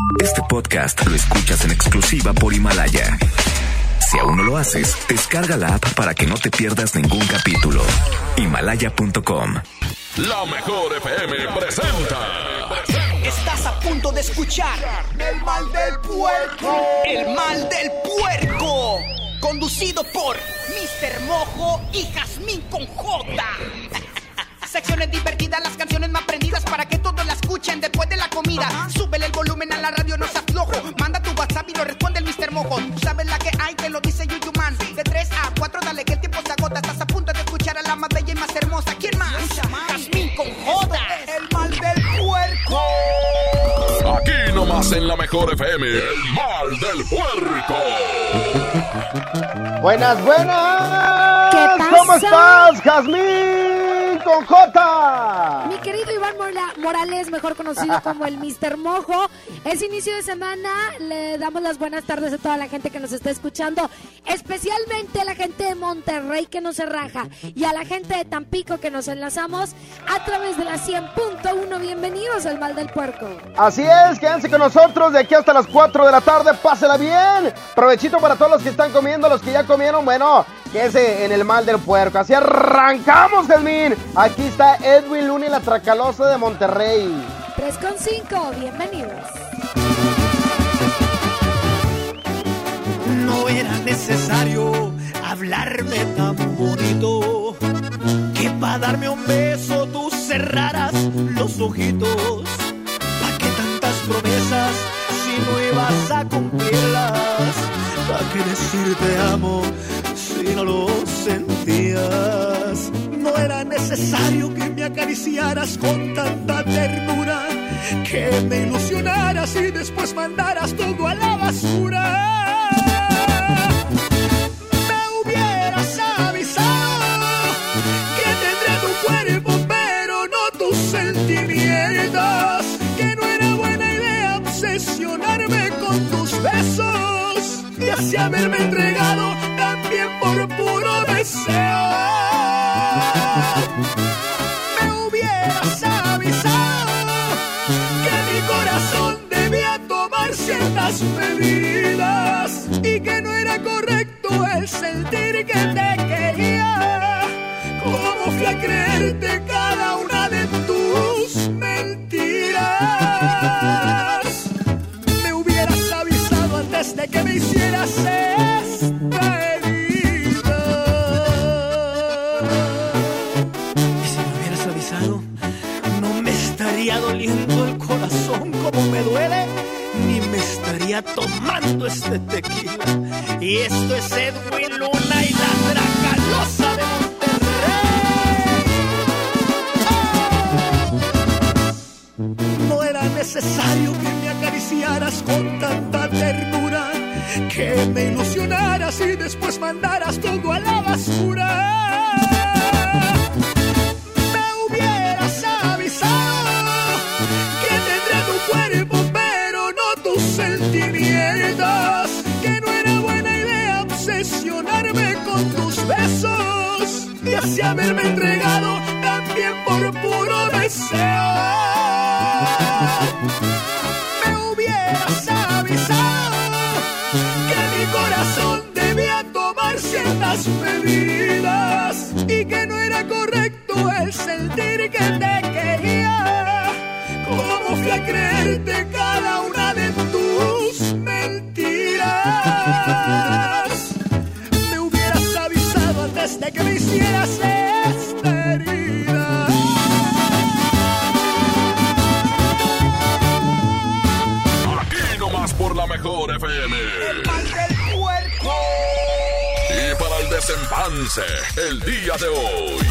Este podcast lo escuchas en exclusiva por Himalaya. Si aún no lo haces, descarga la app para que no te pierdas ningún capítulo. Himalaya.com. La Mejor FM presenta. Estás a punto de escuchar El Mal del Puerco. El Mal del Puerco. Conducido por Mr. Mojo y Jazmín con J. Secciones divertidas, las canciones más prendidas para que todos la escuchen después de la comida. Súbele el volumen a la radio, no seas flojo. Manda tu WhatsApp y lo responde el Mr. Mojo. Tú sabes la que hay, te lo dice Yuyuman. De 3 a 4, dale que el tiempo se agota. Estás a punto de escuchar a la más bella y más hermosa. ¿Quién más? Jazmín con J. El Mal del Puerco. Aquí nomás en La Mejor FM, El Mal del Puerco. Buenas, buenas. ¿Qué pasa? ¿Cómo estás, Jazmín con J? Mi querido Iván Morales, mejor conocido como el Mr. Mojo. Es inicio de semana, le damos las buenas tardes a toda la gente que nos está escuchando, especialmente a la gente de Monterrey que nos se raja y a la gente de Tampico que nos enlazamos a través de la 100.1. Bienvenidos al Mal del Puerco. Así es, quédense con nosotros de aquí hasta las 4 de la tarde, pásela bien. Provechito para todos los que están comiendo, los que ya comieron, bueno, quédense en el Mal del Puerco. Así arrancamos, Jazmín. Aquí está Edwin Luna y la Tracalosa de Monterrey. 3.5, bienvenidos. No era necesario hablarme tan bonito, que para darme un beso tú cerraras los ojitos. ¿Pa' qué tantas promesas si no ibas a cumplirlas? ¿Pa' qué decir te amo si no lo sentías? No era necesario que me acariciaras con tanta ternura, que me ilusionaras y después mandaras todo a la basura. Me hubieras avisado que tendré tu cuerpo pero no tus sentimientos, que no era buena idea obsesionarme con tus besos y así haberme entregado también por puro deseo. Me hubieras avisado que mi corazón debía tomar ciertas medidas y que no era correcto el sentir que te quería. ¿Cómo fui a creerte cada una de tus mentiras? Me hubieras avisado antes de que me hicieras esta herida. Y si me hubieras avisado, no me estaría doliendo el corazón como me duele, ni me estaría tomando este tequila. Y esto es Edwin Luna y la Tracalosa de Monterrey. No era necesario que me acariciaras con tanta ternura, que me ilusionaras y después mandaras todo a la basura. Me hubieras avisado que tendré tu cuerpo pero no tus sentimientos, que no era buena idea obsesionarme con tus besos y así haberme entregado también por puro deseo. Me hubieras avisado que mi corazón debía tomar ciertas medidas y que no era correcto el sentir que te quería. ¿Cómo fui a creerte cada una de tus mentiras? Me hubieras avisado antes de que me hicieras esta herida. Por La Mejor FM. El Mal del Puerco. Y para el desempance, el día de hoy.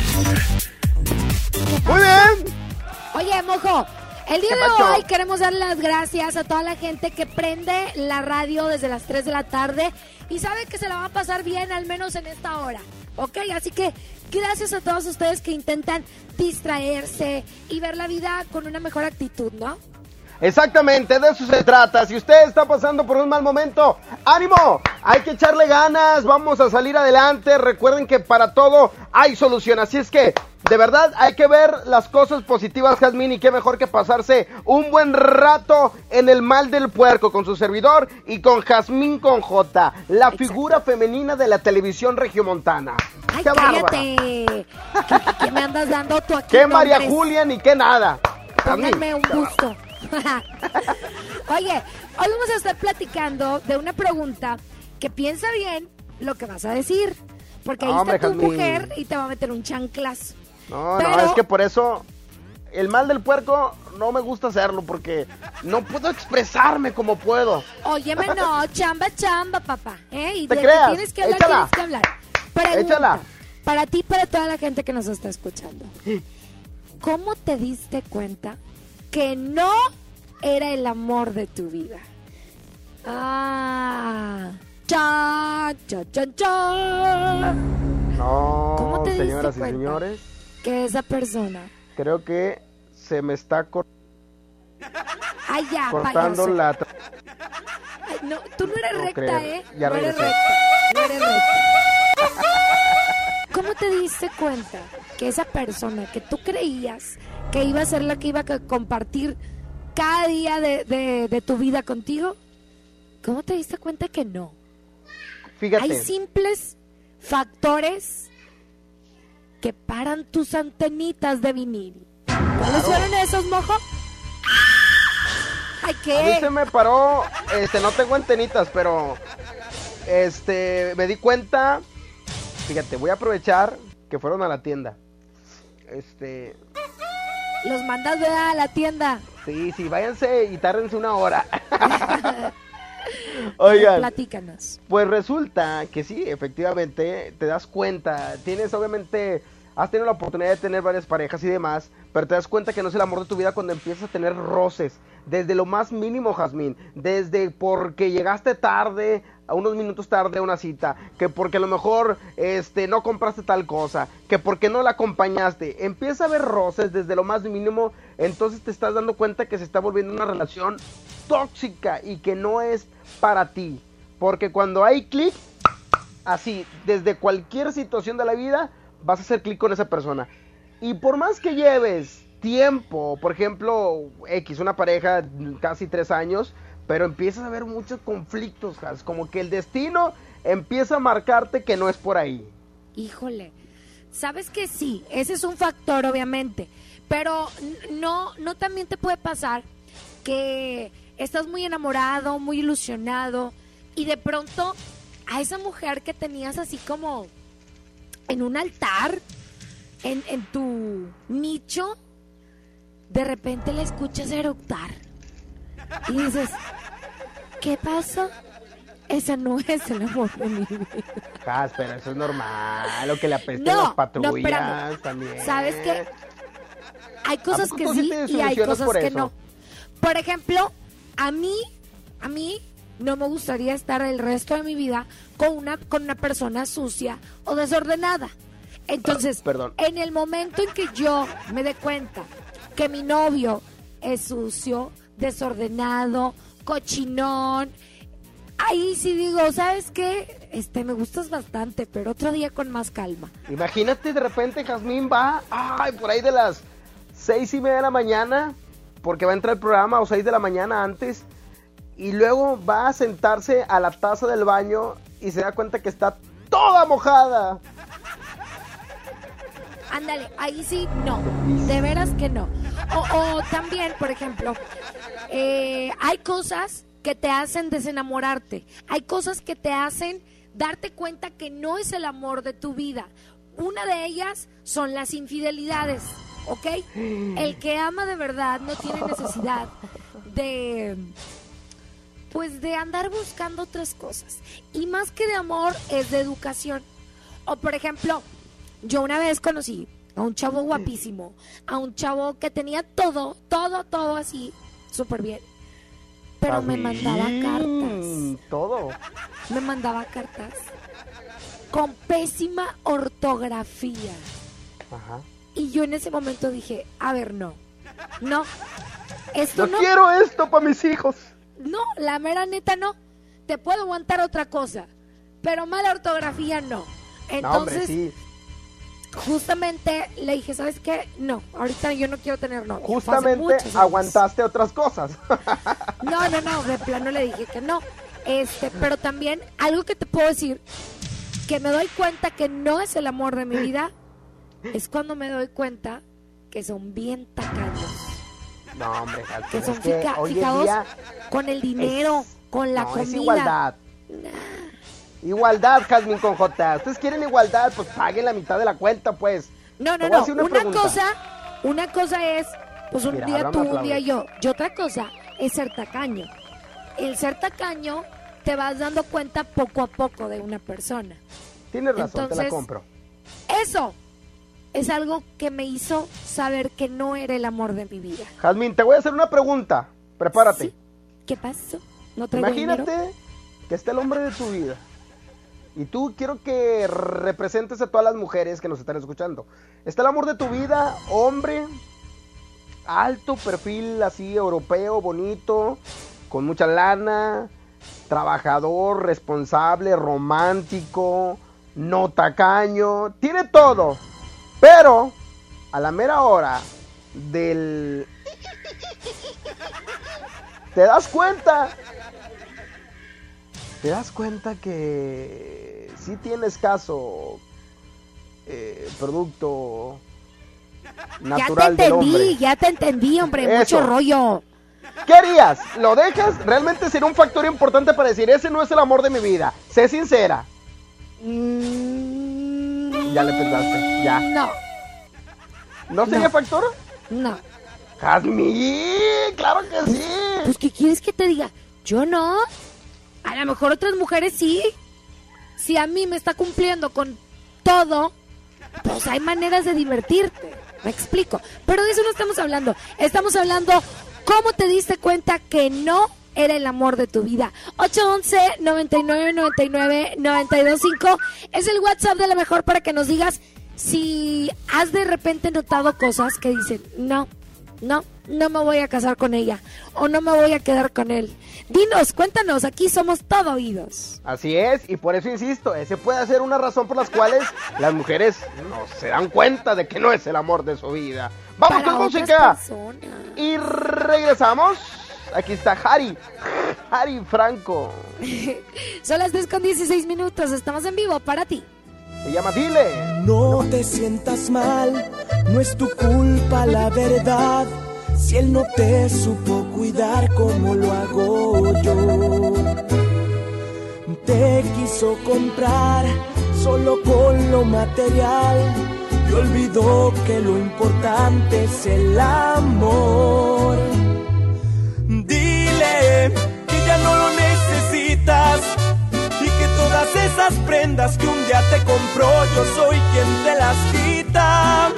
Muy bien. Oye, Mojo, el día de hoy queremos dar las gracias a toda la gente que prende la radio desde las 3 de la tarde y sabe que se la va a pasar bien, al menos en esta hora, ¿ok? Así que gracias a todos ustedes que intentan distraerse y ver la vida con una mejor actitud, ¿no? Exactamente, de eso se trata. Si usted está pasando por un mal momento, ¡ánimo! Hay que echarle ganas, vamos a salir adelante. Recuerden que para todo hay solución, así es que de verdad hay que ver las cosas positivas, Jazmín, y qué mejor que pasarse un buen rato en el mal del puerco con su servidor y con Jazmín con J, la figura femenina de la televisión regiomontana. ¡Ay, ¡Qué cállate! ¿Qué me andas dando tú aquí? ¡Qué María nombres? Julia ni qué nada! Pónganme un gusto. Oye, hoy vamos a estar platicando de una pregunta que piensa bien lo que vas a decir. Porque ahí está tu mujer y te va a meter un chanclazo. No, es que por eso el mal del puerco no me gusta hacerlo porque no puedo expresarme como puedo. Óyeme, no, chamba, papá. Y ¿Te de creas? que tienes que hablar, Échala. tienes que hablar. Pregunta, Échala. para ti, para toda la gente que nos está escuchando. ¿Cómo te diste cuenta que no era el amor de tu vida? Chan. No, ¿Cómo te diste señoras y cuenta señores, que esa persona... creo que se me está Ay, ya, cortando payaso. la... Ay, no, tú no eres No recta, creo. Ya no eres regresé. recta, no eres recta. ¿Cómo te diste cuenta que esa persona que tú creías que iba a ser la que iba a compartir cada día de tu vida contigo, cómo te diste cuenta que no? Fíjate. Hay simples factores que paran tus antenitas de vinil. ¿Cuáles fueron esos, mojo? Ay, A mí se ¿qué? me paró, no tengo antenitas, pero me di cuenta, fíjate, voy a aprovechar que fueron a la tienda. Los mandas a la tienda. Sí, váyanse y tárdense una hora. Oigan, Platícanos. pues resulta que sí, efectivamente, te das cuenta, has tenido la oportunidad de tener varias parejas y demás, pero te das cuenta que no es el amor de tu vida cuando empiezas a tener roces, desde lo más mínimo, Jazmín, desde porque llegaste tarde, a unos minutos tarde a una cita, que porque a lo mejor no compraste tal cosa, que porque no la acompañaste, empieza a haber roces desde lo más mínimo, entonces te estás dando cuenta que se está volviendo una relación tóxica y que no es para ti, porque cuando hay clic, así, desde cualquier situación de la vida, vas a hacer clic con esa persona. Y por más que lleves tiempo, por ejemplo, una pareja casi 3 años, pero empiezas a ver muchos conflictos, como que el destino empieza a marcarte que no es por ahí. Híjole, sabes que sí, ese es un factor obviamente, pero no también te puede pasar que estás muy enamorado, muy ilusionado y de pronto a esa mujer que tenías así como en un altar, en tu nicho, de repente la escuchas eructar y dices, ¿qué pasa? Ese no es el amor de mi vida. Pero eso es normal, lo que le apesten No, las patrullas espérame. también. ¿Sabes qué? Hay cosas ¿A que poco sí sí te y hay desilusionas cosas por que eso? no. Por ejemplo, a mí no me gustaría estar el resto de mi vida con una persona sucia o desordenada. Entonces, Perdón. en el momento en que yo me dé cuenta que mi novio es sucio, desordenado, cochinón, ahí sí digo, ¿sabes qué? Me gustas bastante, pero otro día con más calma. Imagínate, de repente Jazmín va, por ahí de las 6:30 de la mañana, porque va a entrar el programa, o 6 de la mañana antes, y luego va a sentarse a la taza del baño y se da cuenta que está toda mojada. Ándale, ahí sí, no, de veras que no. O también, por ejemplo, hay cosas que te hacen desenamorarte, hay cosas que te hacen darte cuenta que no es el amor de tu vida. Una de ellas son las infidelidades, ¿ok? El que ama de verdad no tiene necesidad de andar buscando otras cosas. Y más que de amor, es de educación. O por ejemplo, yo una vez conocí a un chavo guapísimo, a un chavo que tenía todo así, súper bien. Pero me mandaba cartas. Todo. Me mandaba cartas con pésima ortografía. Ajá. Y yo en ese momento dije, a ver, no. esto Yo no. quiero esto para mis hijos. No, la mera neta no. Te puedo aguantar otra cosa, pero mala ortografía no. Entonces, No, hombre, sí. justamente le dije, ¿sabes qué? No, ahorita yo no quiero tener novio. Justamente aguantaste otras cosas. No, de plano le dije que no. Pero también algo que te puedo decir, que me doy cuenta que no es el amor de mi vida, es cuando me doy cuenta que son bien tacaños. No, hombre, Que son hoy en fijados día con el dinero, con la comida. es igualdad. Igualdad, Jazmín con J. Ustedes quieren igualdad, pues paguen la mitad de la cuenta, pues. No. Te voy a hacer una pregunta. Una cosa es, pues un Mira, día ahora tú, me un día aplaudes. yo. Y otra cosa es ser tacaño. El ser tacaño te vas dando cuenta poco a poco de una persona. Tienes razón, te Entonces, la compro. Eso es algo que me hizo saber que no era el amor de mi vida. Jazmín, te voy a hacer una pregunta. Prepárate. Sí. ¿Qué pasó? ¿No traigo Imagínate dinero? que está el hombre de tu vida. Y tú quiero que representes a todas las mujeres que nos están escuchando. Está el amor de tu vida, hombre, alto, perfil así europeo, bonito, con mucha lana, trabajador, responsable, romántico, no tacaño, tiene todo. Pero a la mera hora del... ¿Te das cuenta que sí tiene escaso producto natural del hombre? Ya te entendí, hombre, Eso. mucho rollo. ¿Qué harías? ¿Lo dejas? Realmente sería un factor importante para decir, ese no es el amor de mi vida. Sé sincera. Ya le pensaste, ya. No, ¿No sería factor? no. ¡Jazmín! ¡Claro que sí! Pues, ¿qué quieres que te diga? Yo no. A lo mejor otras mujeres sí. Si a mí me está cumpliendo con todo, pues hay maneras de divertirte. Me explico. Pero de eso no estamos hablando. Estamos hablando cómo te diste cuenta que no era el amor de tu vida. 811-9999-925 es el WhatsApp de La Mejor para que nos digas si has de repente notado cosas que dicen, no me voy a casar con ella o no me voy a quedar con él. Dinos, cuéntanos, aquí somos todo oídos. Así es, y por eso insisto, ese puede ser una razón por las cuales las mujeres no se dan cuenta de que no es el amor de su vida. Vamos Para con otras música personas. y regresamos. Aquí está Harry Franco. Son las 3:16, estamos en vivo para ti. Se llama Dile. No te sientas mal, no es tu culpa la verdad. Si él no te supo cuidar como lo hago yo. Te quiso comprar solo con lo material y olvidó que lo importante es el amor. Dile que ya no lo necesitas y que todas esas prendas que un día te compró yo soy quien te las quita.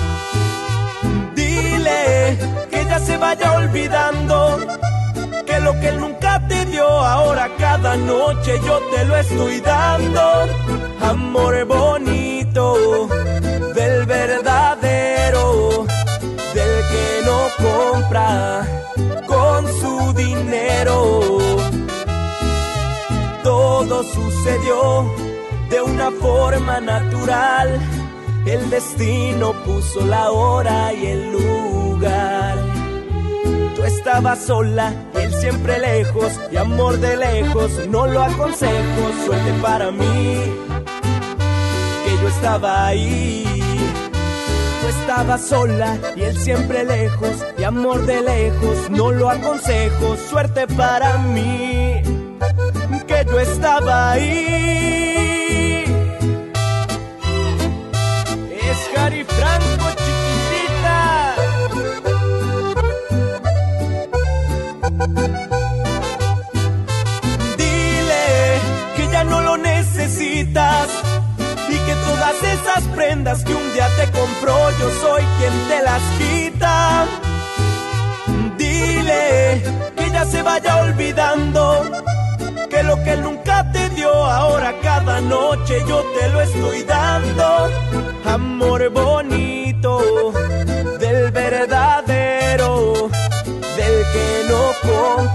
Dile que ya se vaya olvidando que lo que él nunca te dio ahora cada noche yo te lo estoy dando. Amor bonito del verdadero, del que no compra con su dinero. Todo sucedió de una forma natural. El destino puso la hora y el lugar. Tú estabas sola, él siempre lejos, y amor de lejos no lo aconsejo. Suerte para mí, que yo estaba ahí. Tú estabas sola y él siempre lejos, y amor de lejos no lo aconsejo. Suerte para mí, que yo estaba ahí. Es Harry Franco, chiquitita. Dile que ya no lo necesitas y que todas esas prendas que un día te compró yo soy quien te las quita. Dile que ya se vaya olvidando que lo que él nunca te dio ahora cada noche yo te lo estoy dando. Amor bonito del verdadero, del que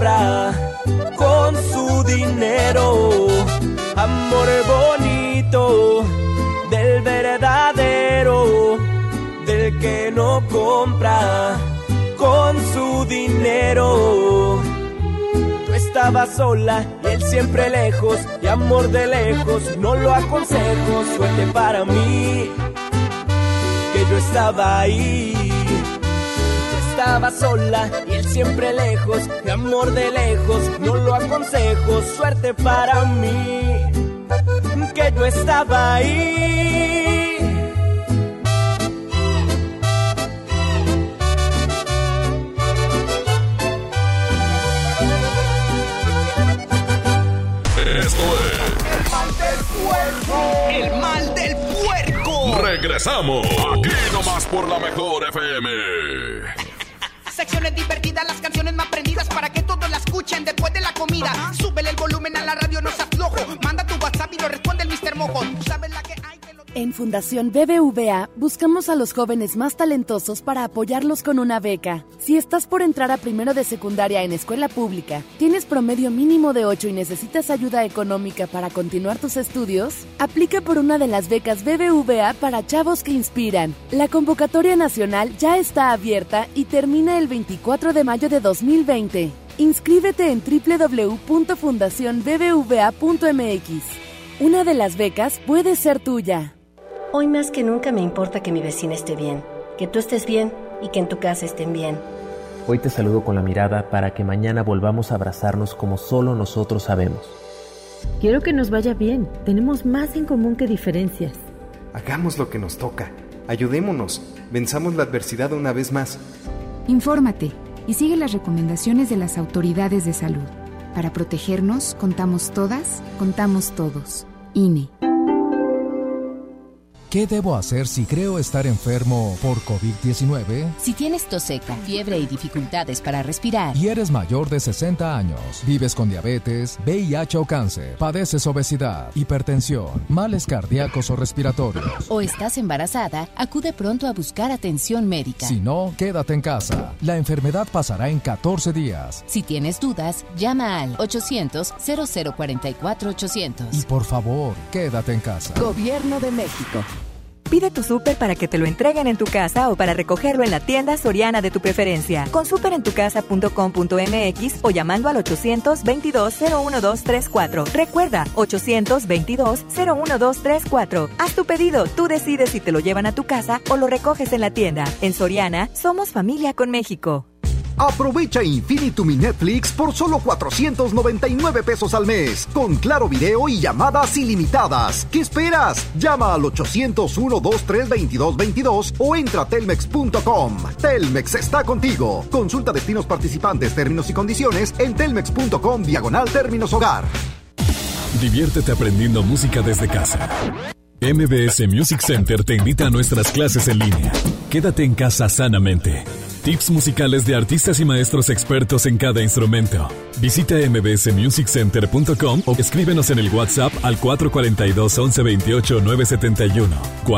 compra con su dinero. Amor bonito del verdadero, del que no compra con su dinero. Tú estabas sola y él siempre lejos, y amor de lejos no lo aconsejo. Suerte para mí que yo estaba ahí. Tú estabas sola y él siempre lejos, y amor de lejos no lo aconsejo. Suerte para mí que yo estaba ahí. Esto es El mal del puerco. Regresamos aquí nomás por la mejor FM. Secciones divertidas, las canciones más prendidas para que todos la escuchen después de la comida. Súbele el volumen a la radio, no seas flojo. Manda tu WhatsApp y lo responde el Mr. Mojo. Tú sabes la que hay. En Fundación BBVA buscamos a los jóvenes más talentosos para apoyarlos con una beca. Si estás por entrar a primero de secundaria en escuela pública, tienes promedio mínimo de 8 y necesitas ayuda económica para continuar tus estudios, aplica por una de las becas BBVA para chavos que inspiran. La convocatoria nacional ya está abierta y termina el 24 de mayo de 2020. Inscríbete en www.fundacionbbva.mx. Una de las becas puede ser tuya. Hoy más que nunca me importa que mi vecina esté bien, que tú estés bien y que en tu casa estén bien. Hoy te saludo con la mirada para que mañana volvamos a abrazarnos como solo nosotros sabemos. Quiero que nos vaya bien. Tenemos más en común que diferencias. Hagamos lo que nos toca. Ayudémonos. Venzamos la adversidad una vez más. Infórmate y sigue las recomendaciones de las autoridades de salud. Para protegernos, contamos todas, contamos todos. INE. ¿Qué debo hacer si creo estar enfermo por COVID-19? Si tienes tos seca, fiebre y dificultades para respirar. Y eres mayor de 60 años, vives con diabetes, VIH o cáncer, padeces obesidad, hipertensión, males cardíacos o respiratorios. O estás embarazada, acude pronto a buscar atención médica. Si no, quédate en casa. La enfermedad pasará en 14 días. Si tienes dudas, llama al 800-0044-800. Y por favor, quédate en casa. Gobierno de México. Pide tu súper para que te lo entreguen en tu casa o para recogerlo en la tienda Soriana de tu preferencia. Con superentucasa.com.mx o llamando al 822-01234. Recuerda, 822-01234. Haz tu pedido, tú decides si te lo llevan a tu casa o lo recoges en la tienda. En Soriana, somos familia con México. Aprovecha Infinitum y Netflix por solo 499 pesos al mes, con claro video y llamadas ilimitadas. ¿Qué esperas? Llama al 800-123-2222 o entra a telmex.com. Telmex está contigo. Consulta destinos participantes, términos y condiciones en telmex.com/términos hogar. Diviértete aprendiendo música desde casa. MBS Music Center te invita a nuestras clases en línea. Quédate en casa sanamente. Tips musicales de artistas y maestros expertos en cada instrumento. Visita mbsmusiccenter.com o escríbenos en el WhatsApp al 442-1128-971.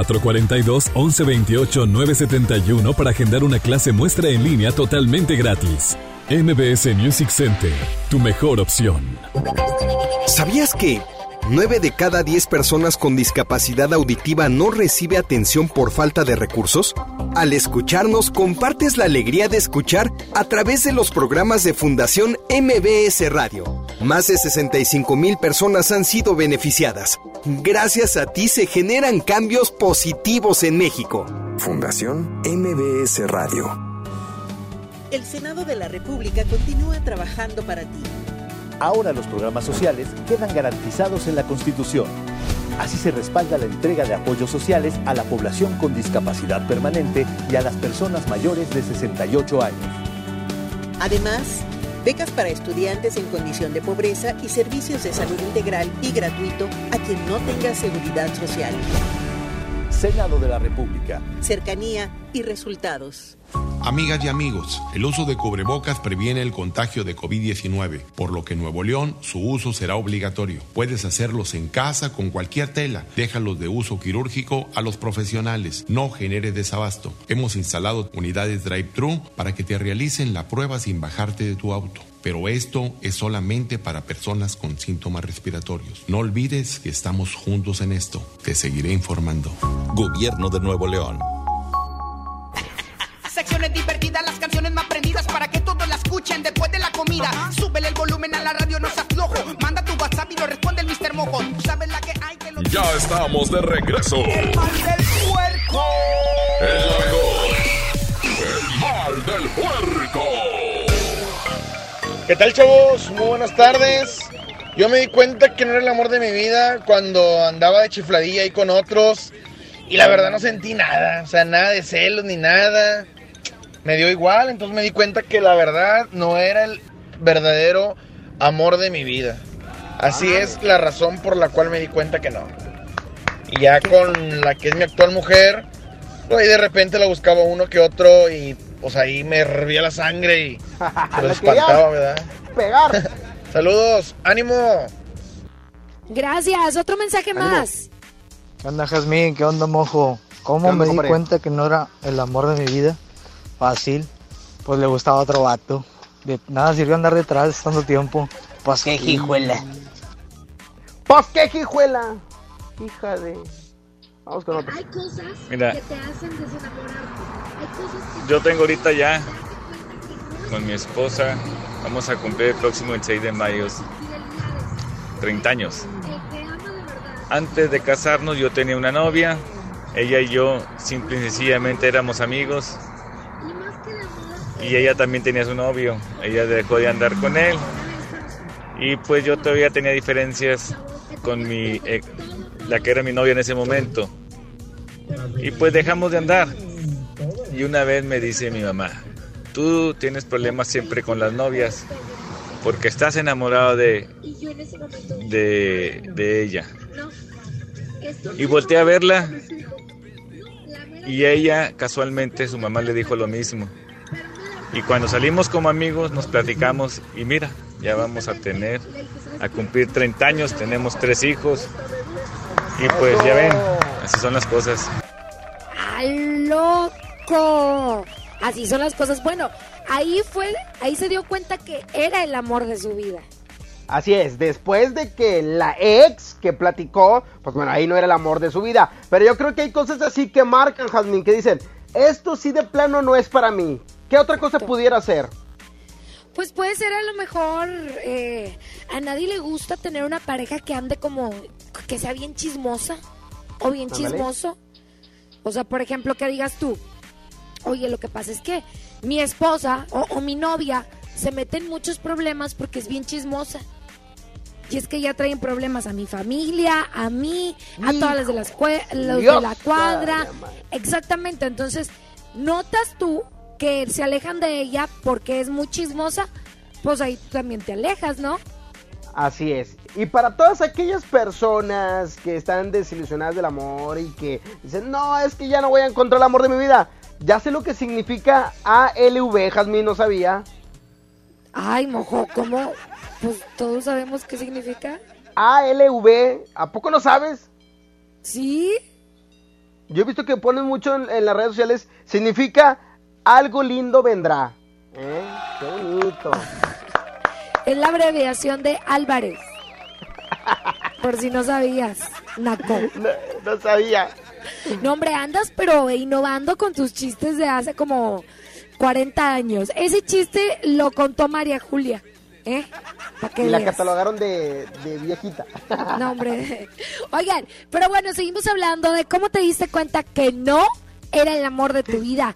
442-1128-971 para agendar una clase muestra en línea totalmente gratis. MBS Music Center, tu mejor opción. ¿Sabías que 9 de cada 10 personas con discapacidad auditiva no recibe atención por falta de recursos? Al escucharnos, compartes la alegría de escuchar a través de los programas de Fundación MBS Radio. Más de 65,000 personas han sido beneficiadas. Gracias a ti se generan cambios positivos en México. Fundación MBS Radio. El Senado de la República continúa trabajando para ti. Ahora los programas sociales quedan garantizados en la Constitución. Así se respalda la entrega de apoyos sociales a la población con discapacidad permanente y a las personas mayores de 68 años. Además, becas para estudiantes en condición de pobreza y servicios de salud integral y gratuito a quien no tenga seguridad social. Senado de la República. Cercanía y resultados. Amigas y amigos, el uso de cubrebocas previene el contagio de COVID-19, por lo que en Nuevo León su uso será obligatorio. Puedes hacerlos en casa con cualquier tela. Déjalos de uso quirúrgico a los profesionales. No genere desabasto. Hemos instalado unidades drive-thru para que te realicen la prueba sin bajarte de tu auto. pero esto es solamente para personas con síntomas respiratorios. No olvides que estamos juntos en esto. Te seguiré informando. Gobierno de Nuevo León. Secciones divertidas, las canciones más prendidas para que todos la escuchen después de la comida. Súbele el volumen a la radio, no seas flojo. Manda tu WhatsApp y lo responde el Mr. Mojo. Tú sabes la que hay que lo... Ya estamos de regreso. El mal del puerco. El mejor. El mal del puerco. ¿Qué tal, chavos? Muy buenas tardes. Yo me di cuenta que no era el amor de mi vida cuando andaba de chifladilla ahí con otros. Y la verdad no sentí nada, o sea, nada de celos ni nada. Me dio igual, entonces me di cuenta que la verdad no era el verdadero amor de mi vida. Así es la razón por la cual me di cuenta que no. Y ya con la que es mi actual mujer, pues ahí de repente la buscaba uno que otro y pues ahí me hervía la sangre y se lo espantaba, ¿verdad? Pegar. Saludos, ánimo. Gracias, otro mensaje más. ¿Qué onda, Jazmín? ¿Qué onda, Mojo? ¿Cómo me di cuenta que no era el amor de mi vida? Fácil, pues le gustaba otro vato. De nada sirvió andar detrás tanto tiempo. Pues qué jijuela. Pues qué jijuela. Hija de... Vamos con otro. Hay cosas Mira, que te hacen desenamorarte. Hay cosas que... Yo tengo ahorita ya con mi esposa, vamos a cumplir el próximo 6 de mayo 30 años. Antes de casarnos yo tenía una novia, ella y yo simple y sencillamente éramos amigos. Y ella también tenía su novio, ella dejó de andar con él. Y pues yo todavía tenía diferencias con la que era mi novia en ese momento. Y pues dejamos de andar. Y una vez me dice mi mamá, tú tienes problemas siempre con las novias porque estás enamorado de ella. Y volteé a verla y ella casualmente su mamá le dijo lo mismo. Y cuando salimos como amigos nos platicamos y mira, ya vamos a cumplir 30 años, tenemos 3 hijos y pues ya ven, así son las cosas. ¡Ay, loco! Así son las cosas. Bueno, ahí se dio cuenta que era el amor de su vida. Así es, después de que la ex que platicó, pues bueno, ahí no era el amor de su vida. Pero yo creo que hay cosas así que marcan, Jazmín, que dicen, esto sí de plano no es para mí. ¿Qué otra cosa pudiera ser? Pues puede ser a lo mejor, a nadie le gusta tener una pareja que ande como, que sea bien chismosa o bien chismoso. O sea, por ejemplo, que digas tú, oye, lo que pasa es que mi esposa o mi novia se mete en muchos problemas porque es bien chismosa. Y es que ya traen problemas a mi familia, a mí, a todas las de los de la cuadra. Exactamente, entonces, notas tú que se alejan de ella porque es muy chismosa, pues ahí tú también te alejas, ¿no? Así es. Y para todas aquellas personas que están desilusionadas del amor y que dicen, no, es que ya no voy a encontrar el amor de mi vida. Ya sé lo que significa ALV, Jazmín, ¿no sabía? Ay, Mojo, ¿cómo? Pues todos sabemos qué significa. ALV, ¿a poco no sabes? Sí. Yo he visto que ponen mucho en las redes sociales, significa algo lindo vendrá. Qué bonito. Es la abreviación de Álvarez. Por si no sabías, naco. No sabía. No, hombre, andas pero innovando con tus chistes de hace como 40 años. Ese chiste lo contó María Julia, ¿eh? Y la catalogaron de viejita. No, hombre. Oigan, pero bueno, seguimos hablando de cómo te diste cuenta que no era el amor de tu vida.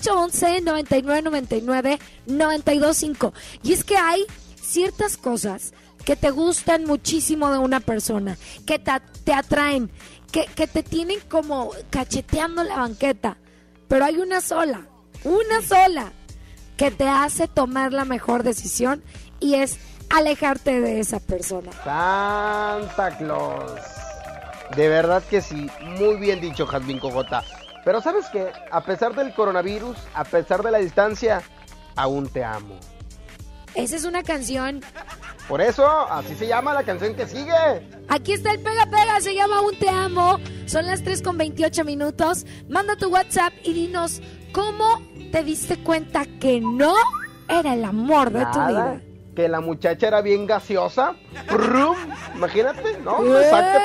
811-9999-925. Y es que hay ciertas cosas que te gustan muchísimo de una persona, que te atraen, que te tienen como cacheteando la banqueta. Pero hay una sola que te hace tomar la mejor decisión y es alejarte de esa persona. Santa Claus. De verdad que sí, muy bien dicho, Jazmín Cojota. Pero ¿sabes qué? A pesar del coronavirus, a pesar de la distancia, aún te amo. Esa es una canción. Por eso, así se llama la canción que sigue. Aquí está el Pega Pega, se llama Aún Te Amo. Son las 3:28. Manda tu WhatsApp y dinos cómo te diste cuenta que no era el amor de tu vida. que la muchacha era bien gaseosa. ¡Brum! Imagínate, ¿no? Exacto.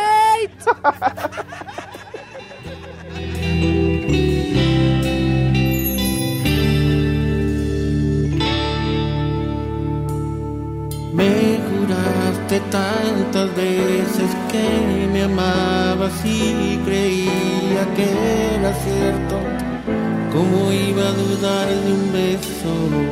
Me juraste tantas veces que me amabas y creía que era cierto. ¿Cómo iba a dudar de un beso?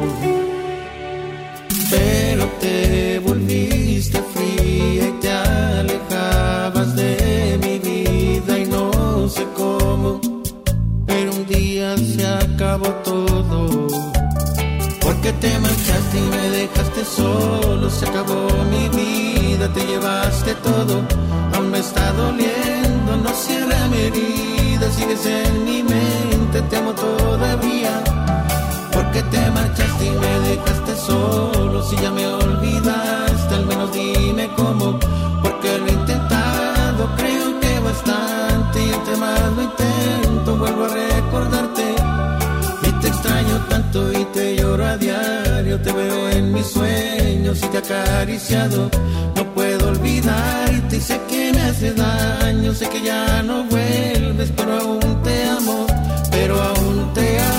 Pero te volviste fría y te alejabas de mi vida y no sé cómo, pero un día se acabó todo. Porque te marchaste y me dejaste solo, se acabó mi vida, te llevaste todo. Aún me está doliendo, no cierra mi herida, sigues en mi mente, te amo todavía. Porque te marchaste y me dejaste solo, si ya me olvidaste, al menos dime cómo. Porque lo he intentado, creo que bastante, y entre más lo intento, vuelvo a recordarte. Y te extraño tanto y te lloro a diario, te veo en mis sueños y te he acariciado. No puedo olvidarte y sé que me hace daño, sé que ya no vuelves, pero aún te amo, pero aún te amo.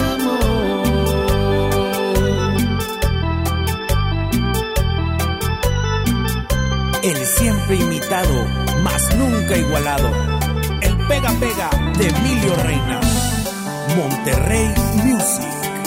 El siempre imitado, mas nunca igualado. El pega pega de Emilio Reina. Monterrey Music.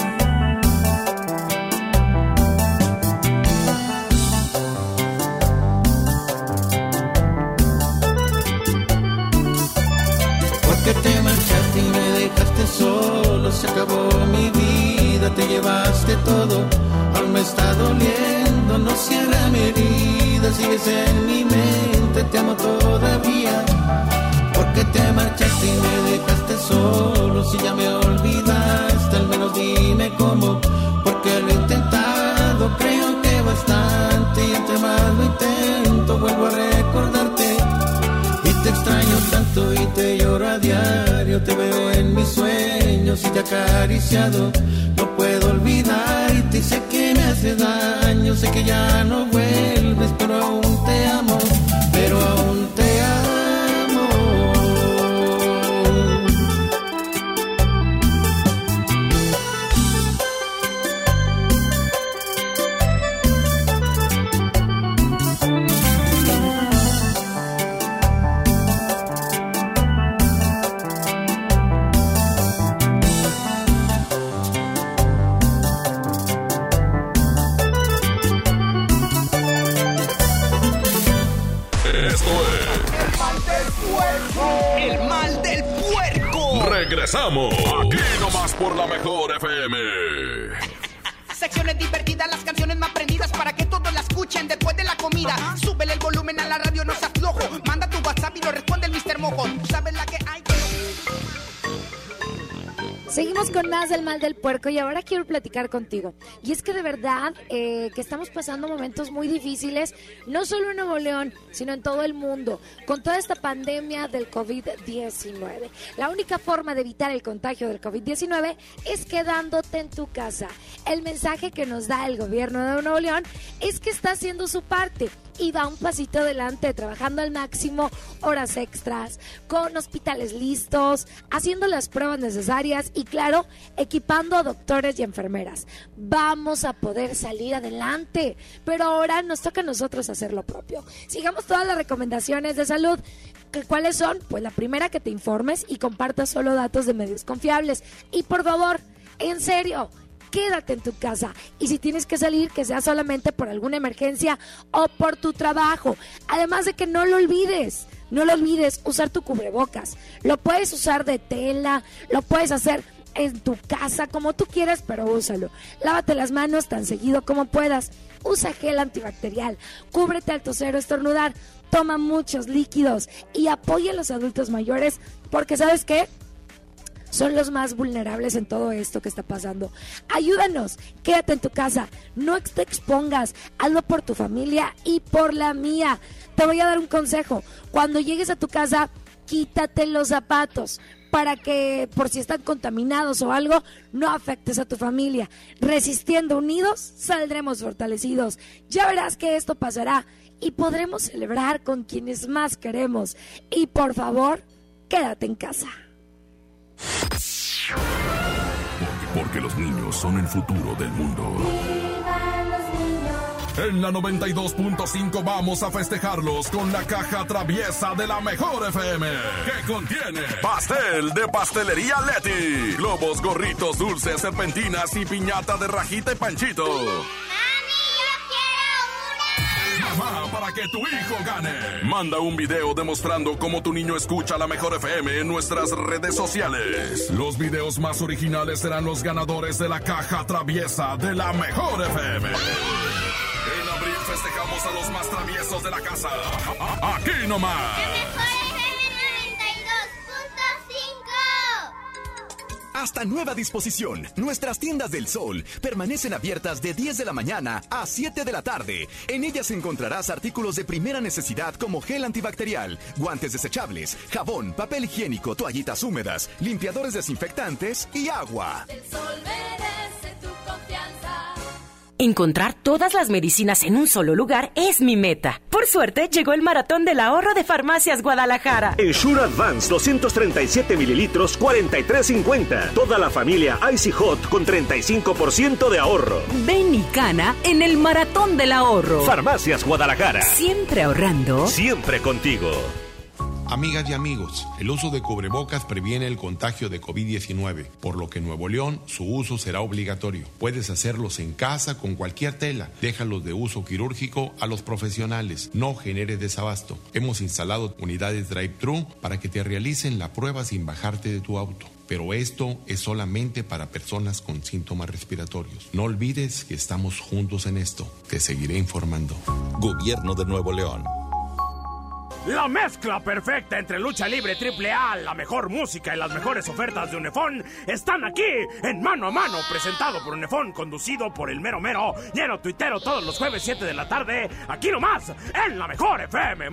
Porque te marchaste y me dejaste solo, se acabó mi vida, te llevaste todo. Aún me está doliendo, no cierra mi herida, sigues en mi mente, te amo todavía. Porque te marchaste y me dejaste solo, si ya me olvidaste, al menos dime cómo. Porque lo he intentado, creo que bastante, y entre más lo intento, vuelvo a recordarte. Y te extraño tanto y te lloro a diario, te veo en mis sueños y te he acariciado. No puedo olvidarte y sé que me hace daño, sé que ya no vuelves, pero aún te amo, pero aún te amo. El mal del puerco. Regresamos aquí nomás por la mejor FM. Secciones divertidas, las canciones más prendidas para que todos la escuchen después de la comida. Súbele el volumen a la radio, no se aflojo. Manda tu WhatsApp y lo responde el Mr. Mojo. Tú sabes la que hay. Seguimos con más del mal del puerco y ahora quiero platicar contigo. Y es que de verdad que estamos pasando momentos muy difíciles, no solo en Nuevo León, sino en todo el mundo, con toda esta pandemia del COVID-19. La única forma de evitar el contagio del COVID-19 es quedándote en tu casa. El mensaje que nos da el gobierno de Nuevo León es que está haciendo su parte y va un pasito adelante, trabajando al máximo, horas extras, con hospitales listos, haciendo las pruebas necesarias y claro, equipando a doctores y enfermeras. Vamos a poder salir adelante, pero ahora nos toca a nosotros hacer lo propio. Sigamos todas las recomendaciones de salud. ¿Cuáles son? Pues la primera, que te informes y compartas solo datos de medios confiables. Y por favor, en serio, quédate en tu casa y si tienes que salir, que sea solamente por alguna emergencia o por tu trabajo. Además de que no lo olvides usar tu cubrebocas. Lo puedes usar de tela, lo puedes hacer en tu casa, como tú quieras, pero úsalo. Lávate las manos tan seguido como puedas. Usa gel antibacterial, cúbrete al toser o estornudar, toma muchos líquidos y apoya a los adultos mayores porque ¿sabes qué? Son los más vulnerables en todo esto que está pasando. Ayúdanos, quédate en tu casa, no te expongas, hazlo por tu familia y por la mía. Te voy a dar un consejo. Cuando llegues a tu casa, quítate los zapatos, para que, por si están contaminados o algo, no afectes a tu familia. Resistiendo unidos, saldremos fortalecidos. Ya verás que esto pasará y podremos celebrar con quienes más queremos. Y por favor, quédate en casa. Porque los niños son el futuro del mundo. En la 92.5 vamos a festejarlos con la caja traviesa de la mejor FM, que contiene pastel de pastelería Leti, globos, gorritos, dulces, serpentinas y piñata de Rajita y Panchito. Mamá, para que tu hijo gane. Manda un video demostrando cómo tu niño escucha la mejor FM en nuestras redes sociales. Los videos más originales serán los ganadores de la caja traviesa de la mejor FM. En abril festejamos a los más traviesos de la casa. Aquí nomás. Hasta nueva disposición, nuestras tiendas del Sol permanecen abiertas de 10 de la mañana a 7 de la tarde. En ellas encontrarás artículos de primera necesidad como gel antibacterial, guantes desechables, jabón, papel higiénico, toallitas húmedas, limpiadores desinfectantes y agua. El Sol merece tu confianza. Encontrar todas las medicinas en un solo lugar es mi meta. Por suerte, llegó el Maratón del Ahorro de Farmacias Guadalajara. Ensure Advance 237 mililitros, 43.50. Toda la familia Icy Hot con 35% de ahorro. Ven y gana en el Maratón del Ahorro. Farmacias Guadalajara. Siempre ahorrando. Siempre contigo. Amigas y amigos, el uso de cubrebocas previene el contagio de COVID-19, por lo que en Nuevo León su uso será obligatorio. Puedes hacerlos en casa con cualquier tela. Déjalos de uso quirúrgico a los profesionales. No genere desabasto. Hemos instalado unidades drive-thru para que te realicen la prueba sin bajarte de tu auto. Pero esto es solamente para personas con síntomas respiratorios. No olvides que estamos juntos en esto. Te seguiré informando. Gobierno de Nuevo León. La mezcla perfecta entre lucha libre AAA, la mejor música y las mejores ofertas de Unefón están aquí en Mano a Mano, presentado por Unefón, conducido por el mero mero, lleno tuitero todos los jueves 7 de la tarde, aquí nomás, en la mejor FM.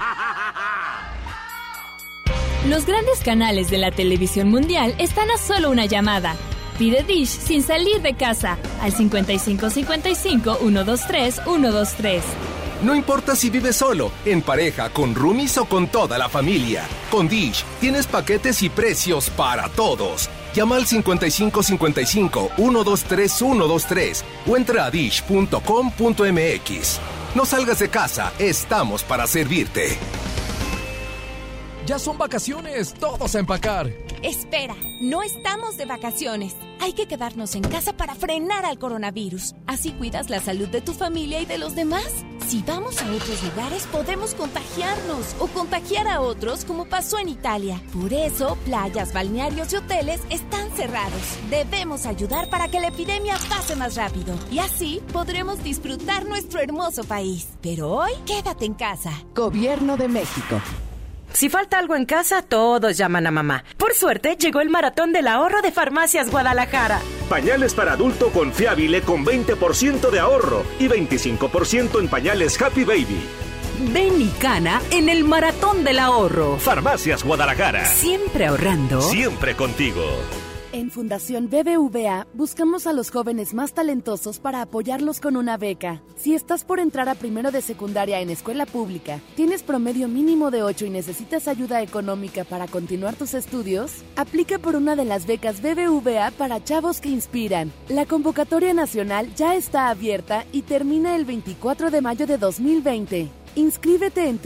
Los grandes canales de la televisión mundial están a solo una llamada. Pide Dish sin salir de casa al 5555-123-123. No importa si vives solo, en pareja, con roomies o con toda la familia. Con Dish tienes paquetes y precios para todos. Llama al 5555-123-123 o entra a dish.com.mx. No salgas de casa, estamos para servirte. Ya son vacaciones, todos a empacar. Espera, no estamos de vacaciones. Hay que quedarnos en casa para frenar al coronavirus. Así cuidas la salud de tu familia y de los demás. Si vamos a otros lugares, podemos contagiarnos o contagiar a otros, como pasó en Italia. Por eso, playas, balnearios y hoteles están cerrados. Debemos ayudar para que la epidemia pase más rápido. Y así podremos disfrutar nuestro hermoso país. Pero hoy, quédate en casa. Gobierno de México. Si falta algo en casa, todos llaman a mamá. Por suerte, llegó el Maratón del Ahorro de Farmacias Guadalajara. Pañales para adulto confiable con 20% de ahorro y 25% en pañales Happy Baby. Ven y gana en el Maratón del Ahorro. Farmacias Guadalajara. Siempre ahorrando. Siempre contigo. En Fundación BBVA buscamos a los jóvenes más talentosos para apoyarlos con una beca. Si estás por entrar a primero de secundaria en escuela pública, tienes promedio mínimo de 8 y necesitas ayuda económica para continuar tus estudios, aplica por una de las becas BBVA para chavos que inspiran. La convocatoria nacional ya está abierta y termina el 24 de mayo de 2020. Inscríbete en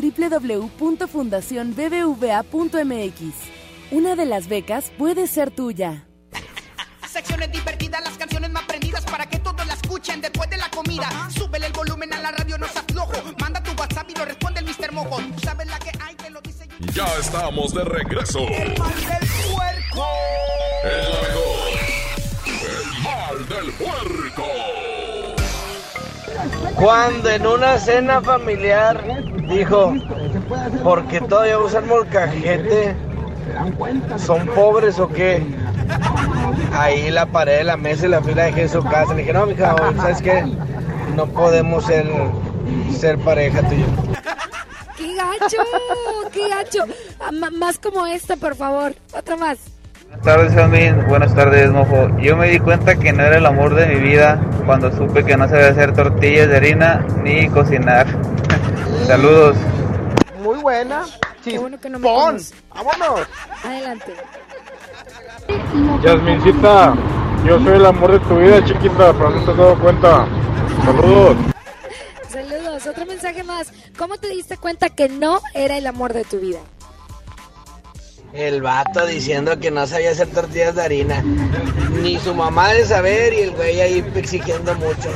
www.fundacionbbva.mx. Una de las becas puede ser tuya. Secciones divertidas, las canciones más prendidas para que todos la escuchen después de la comida. Súbele el volumen a la radio, no seas flojo. Manda tu WhatsApp y lo responde el Mr. Mojo. Tú sabes la que hay, te lo dice yo. Ya estamos de regreso. El mal del puerco. El mejor. El mal del puerco. Cuando en una cena familiar dijo, porque todavía usan molcajete, ¿son pobres o qué? Ahí la pared de la mesa y la fila dejé en su casa. Le dije, no, mija, ¿sabes qué? No podemos ser pareja tú y yo. ¡Qué gacho! ¡Qué gacho! Más como esta, por favor. Otra más. Buenas tardes, Jasmine. Buenas tardes, Mojo. Yo me di cuenta que no era el amor de mi vida cuando supe que no sabía hacer tortillas de harina ni cocinar. Saludos. Muy buena. Qué bueno que no me conoces. ¡Vámonos! Adelante. Yasmincita, yo soy el amor de tu vida, chiquita, pero no te has dado cuenta. Saludos. Saludos. Otro mensaje más. ¿Cómo te diste cuenta que no era el amor de tu vida? El vato diciendo que no sabía hacer tortillas de harina. Ni su mamá de saber y el güey ahí exigiendo mucho.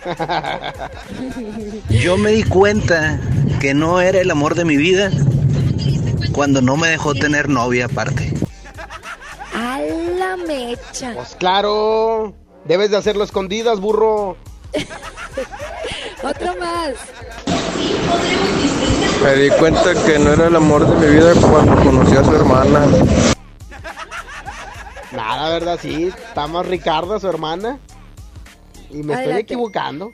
Yo me di cuenta que no era el amor de mi vida cuando no me dejó tener novia aparte. A la mecha. Pues claro, debes de hacerlo escondidas, burro. Otro más. Me di cuenta que no era el amor de mi vida cuando conocí a su hermana. Nada, ¿verdad? Sí, está más Ricardo, su hermana. Y me estoy equivocando.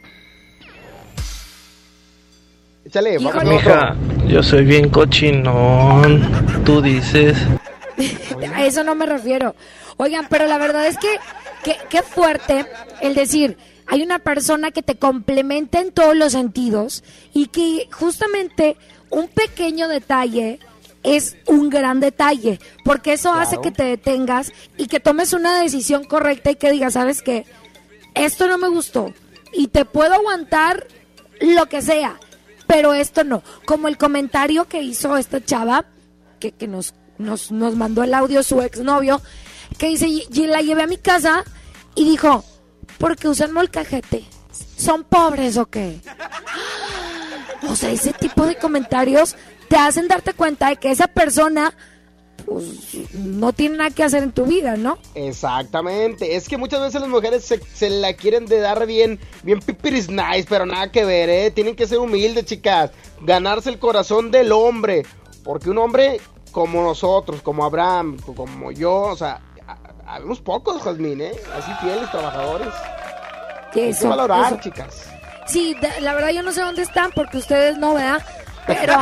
Échale, Mija, yo soy bien cochinón. Tú dices. A eso no me refiero. Oigan, pero la verdad es que qué fuerte el decir, hay una persona que te complementa en todos los sentidos y que justamente un pequeño detalle es un gran detalle, porque eso hace que te detengas y que tomes una decisión correcta y que digas, ¿sabes qué? Esto no me gustó y te puedo aguantar lo que sea, pero esto no. Como el comentario que hizo esta chava que nos mandó el audio su exnovio, que dice, la llevé a mi casa y dijo, ¿por qué usan molcajete? ¿Son pobres o qué? O sea, ese tipo de comentarios te hacen darte cuenta de que esa persona pues no tiene nada que hacer en tu vida, ¿no? Exactamente, es que muchas veces las mujeres se la quieren de dar bien pipiris nice, pero nada que ver, ¿eh? Tienen que ser humildes, chicas, ganarse el corazón del hombre, porque un hombre como nosotros, como Abraham, como yo, o sea, habemos pocos, Jasmine, ¿eh? Así fieles, trabajadores. Hay que valorar, chicas. Sí, la verdad yo no sé dónde están, porque ustedes no, ¿verdad? Pero...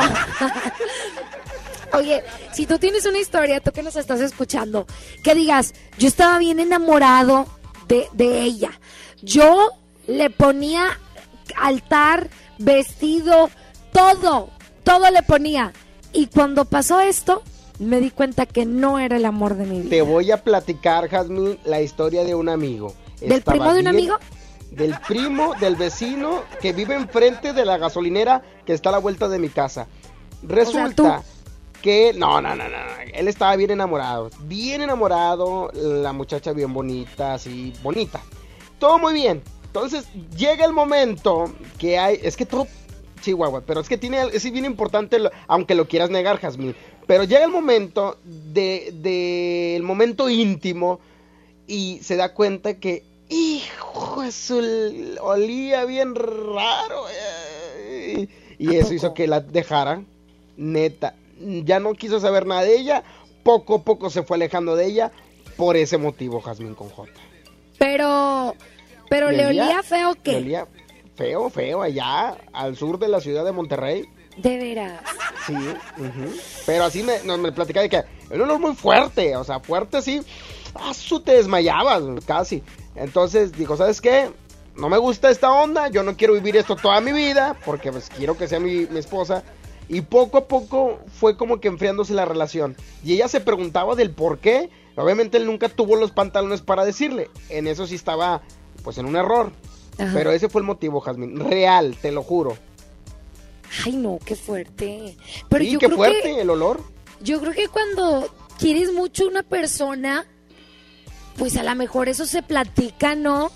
Oye, si tú tienes una historia, tú que nos estás escuchando, que digas, yo estaba bien enamorado de ella. Yo le ponía altar, vestido, todo le ponía. Y cuando pasó esto, me di cuenta que no era el amor de mi vida. Te voy a platicar, Jasmine, la historia de un amigo. ¿Del primo de un amigo? Del primo, del vecino, que vive enfrente de la gasolinera que está a la vuelta de mi casa. Resulta que... No, él estaba bien enamorado, la muchacha bien bonita, así, bonita. Todo muy bien. Entonces, llega el momento que hay... Es que todo... Chihuahua, pero es que es bien importante, aunque lo quieras negar, Jasmine, pero llega el momento el momento íntimo y se da cuenta que, hijo, eso olía bien raro, y eso hizo que la dejara, neta, ya no quiso saber nada de ella, poco a poco se fue alejando de ella, por ese motivo, Jasmine con J. Pero ¿le olía feo o qué? Le olía feo, allá al sur de la ciudad de Monterrey. ¿De veras? Sí, pero así me platicaba de que el olor muy fuerte, o sea, fuerte así, te desmayabas casi. Entonces dijo, ¿sabes qué? No me gusta esta onda, yo no quiero vivir esto toda mi vida, porque pues quiero que sea mi esposa. Y poco a poco fue como que enfriándose la relación. Y ella se preguntaba del por qué. Obviamente él nunca tuvo los pantalones para decirle. En eso sí estaba, pues, en un error. Ajá. Pero ese fue el motivo, Jasmine. Real, te lo juro. Ay, no, qué fuerte. Pero sí, qué fuerte el olor. Yo creo que cuando quieres mucho a una persona, pues a lo mejor eso se platica, ¿no?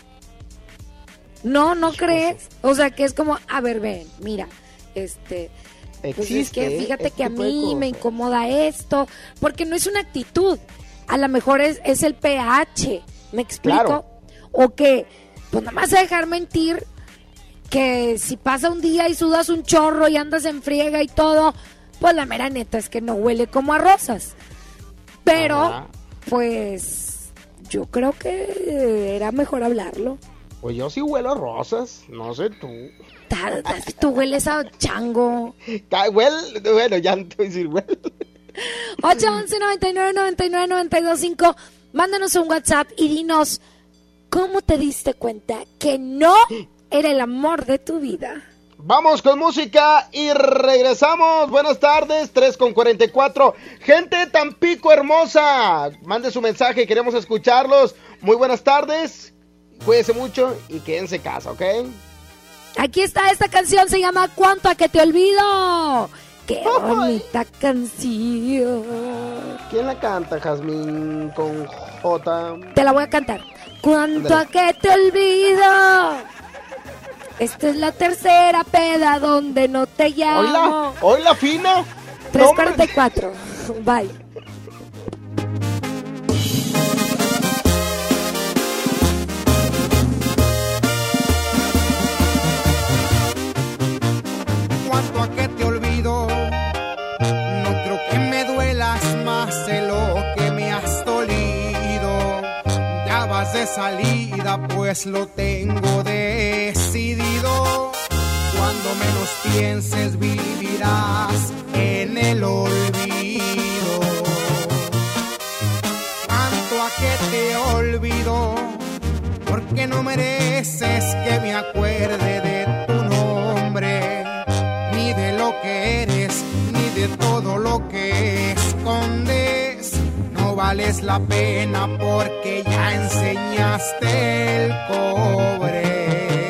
¿No crees? O sea, que es como, a ver, ven, mira, pues es que fíjate que a mí me incomoda esto, porque no es una actitud, a lo mejor es el pH, ¿me explico? Claro. O que, pues nada más a dejar mentir, que si pasa un día y sudas un chorro y andas en friega y todo, pues la mera neta es que no huele como a rosas. Pero, pues, yo creo que era mejor hablarlo. Pues yo sí huelo a rosas, no sé tú. Tú hueles a chango. Bueno, ya no te voy a decir huel. 811-99-99-925. Mándanos un WhatsApp y dinos cómo te diste cuenta que no era el amor de tu vida. Vamos con música y regresamos. Buenas tardes, 3:44. Gente de Tampico hermosa, mande su mensaje, queremos escucharlos. Muy buenas tardes, cuídense mucho y quédense en casa, ¿ok? Aquí está, esta canción se llama ¿Cuánto a que te olvido? ¡Qué bonita canción! ¿Quién la canta, Jazmín, con J? Te la voy a cantar. ¿Cuánto a que te olvido? Esta es la tercera peda donde no te llamo. Hola, fina. 3:44. Bye. ¿Cuánto a que te olvido? No creo que me duelas más de lo que me has dolido. Ya vas de salida, pues lo tengo decidido. Cuando menos pienses vivirás en el olvido. ¿Cuánto a que te olvido? Porque no mereces que me acuerde de tu nombre, ni de lo que eres, ni de todo lo que escondes. No vales la pena porque ya enseñaste el cobre.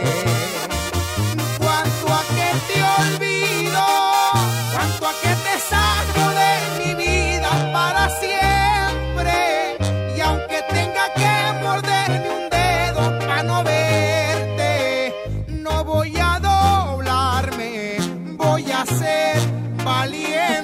¿Cuánto a que te olvido? ¿Cuánto a que te saco de mi vida para siempre? Y aunque tenga que morderme un dedo para no verte, no voy a doblarme, voy a ser valiente.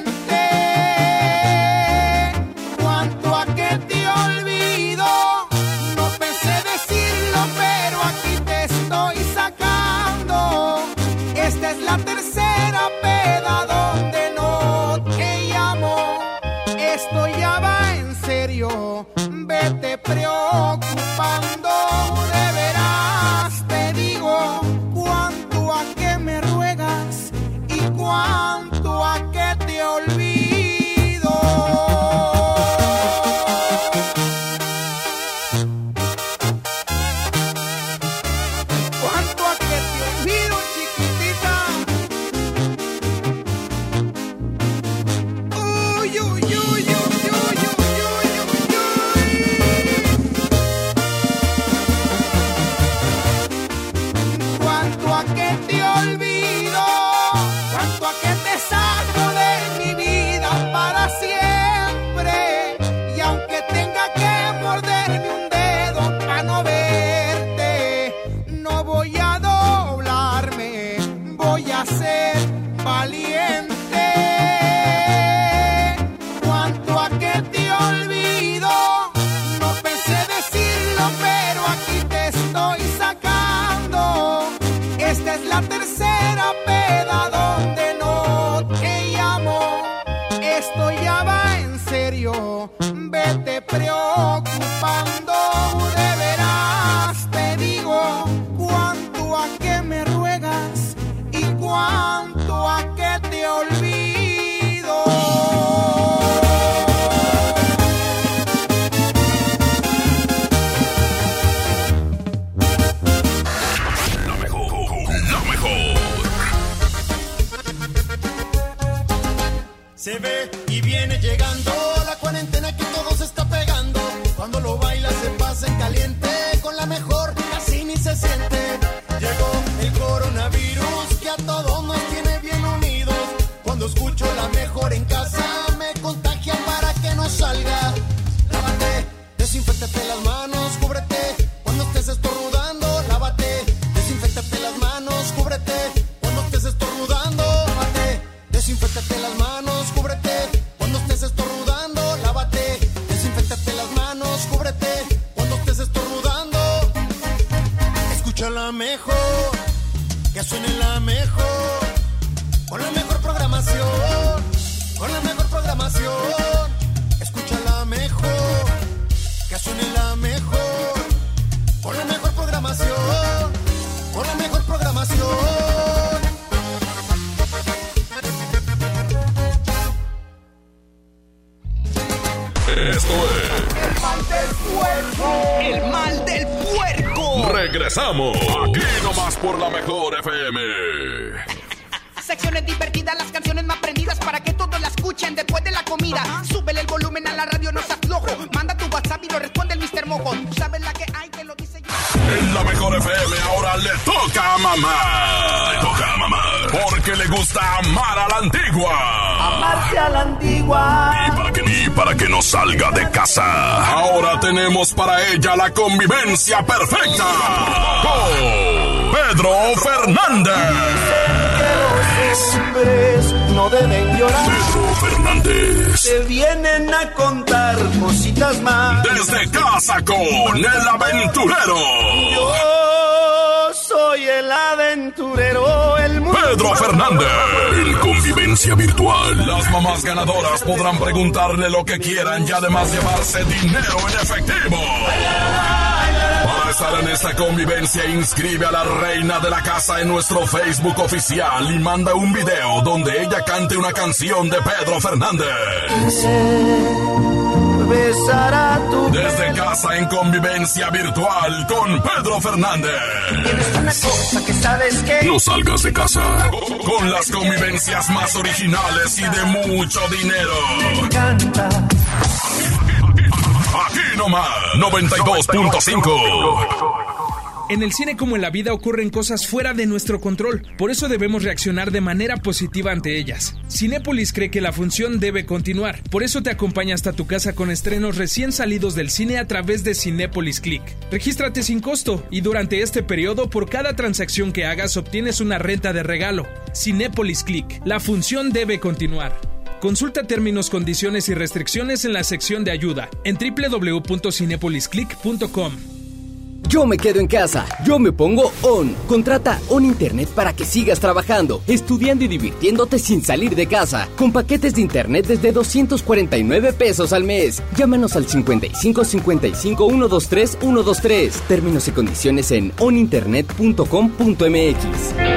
¿Cuánto a que te olvido? No pensé decirlo, pero aquí te estoy sacando. Esta es la tercera peda donde no te llamo. Esto ya va en serio, vete preocupando. De veras te digo, cuánto a que me ruegas y cuánto a que te olvido. Cuánto a que te olvido, chiquitita. Uy, uy, uy, uy, uy, uy, uy, cuánto a que te olvido, cuánto a que te saco de mi vida para siempre. Y aunque tenga que morderme un dedo para no verte, no voy a doblarme, voy a ser valiente. Cuánto a que te olvido, no pensé decirlo, pero aquí te estoy sacando. Esta es la tercera peda donde no te llamo. Esto ya va en serio, vete preocupando. De veras te digo, cuánto a que me ruegas y cuánto a que te olvido. La mejor. Se ve y viene llegando la cuarentena que todo se está pegando. Cuando lo baila se pasa en caliente, con la mejor casi ni se siente. Llegó el coronavirus que a todos nos tiene bien unidos. Cuando escucho la mejor en casa me contagia para que no salga. Lávate, desinféctate las manos, cúbrete. Cuando estés estornudando, lávate, desinféctate las manos, cúbrete. Cuando estés estornudando, lávate, desinféctate las manos, cúbrete. Cuando estés estornudando, lávate, desinféctate las manos, cúbrete. Cuando estés estornudando, escucha la mejor, que suene la mejor, con la mejor programación, con la mejor programación. Escucha la mejor, que suene la mejor, con la mejor programación, con la mejor programación. Esto es El mal del puerco. El mal del puerco. Regresamos. Aquí nomás por la mejor FM. Secciones divertidas, las canciones más prendidas para que todos la escuchen después de la comida. Súbele el volumen a la radio, no seas flojo. Manda tu WhatsApp y lo responde el Mr. Mojo. Tú sabes la que hay, que lo dice yo. En la mejor FM ahora le toca a mamá. Le toca a mamá. Porque le gusta amar a la antigua. Amarse a la antigua. Y para que no salga de casa. Ahora tenemos para ella la convivencia perfecta. Con Pedro Fernández. Hombres no deben llorar. Pedro Fernández. Te vienen a contar cositas más. Desde casa con el aventurero. Yo soy el aventurero. El mundo Pedro Fernández. En convivencia virtual. Las mamás ganadoras podrán preguntarle lo que quieran y además llevarse dinero en efectivo. Para estar en esta convivencia, inscribe a la reina de la casa en nuestro Facebook oficial y manda un video donde ella cante una canción de Pedro Fernández. Desde casa en convivencia virtual con Pedro Fernández. Tienes una cosa que sabes que no salgas de casa con las convivencias más originales y de mucho dinero. Me encanta. Aquí nomás, 92.5. En el cine como en la vida ocurren cosas fuera de nuestro control, por eso debemos reaccionar de manera positiva ante ellas. Cinépolis cree que la función debe continuar, por eso te acompaña hasta tu casa con estrenos recién salidos del cine a través de Cinépolis Click. Regístrate sin costo y durante este periodo por cada transacción que hagas obtienes una renta de regalo. Cinépolis Click, la función debe continuar. Consulta términos, condiciones y restricciones en la sección de ayuda en www.cinepolisclick.com. Yo me quedo en casa, yo me pongo ON. Contrata ON Internet para que sigas trabajando, estudiando y divirtiéndote sin salir de casa. Con paquetes de internet desde 249 pesos al mes. Llámanos al 55 55 123 123. Términos y condiciones en oninternet.com.mx.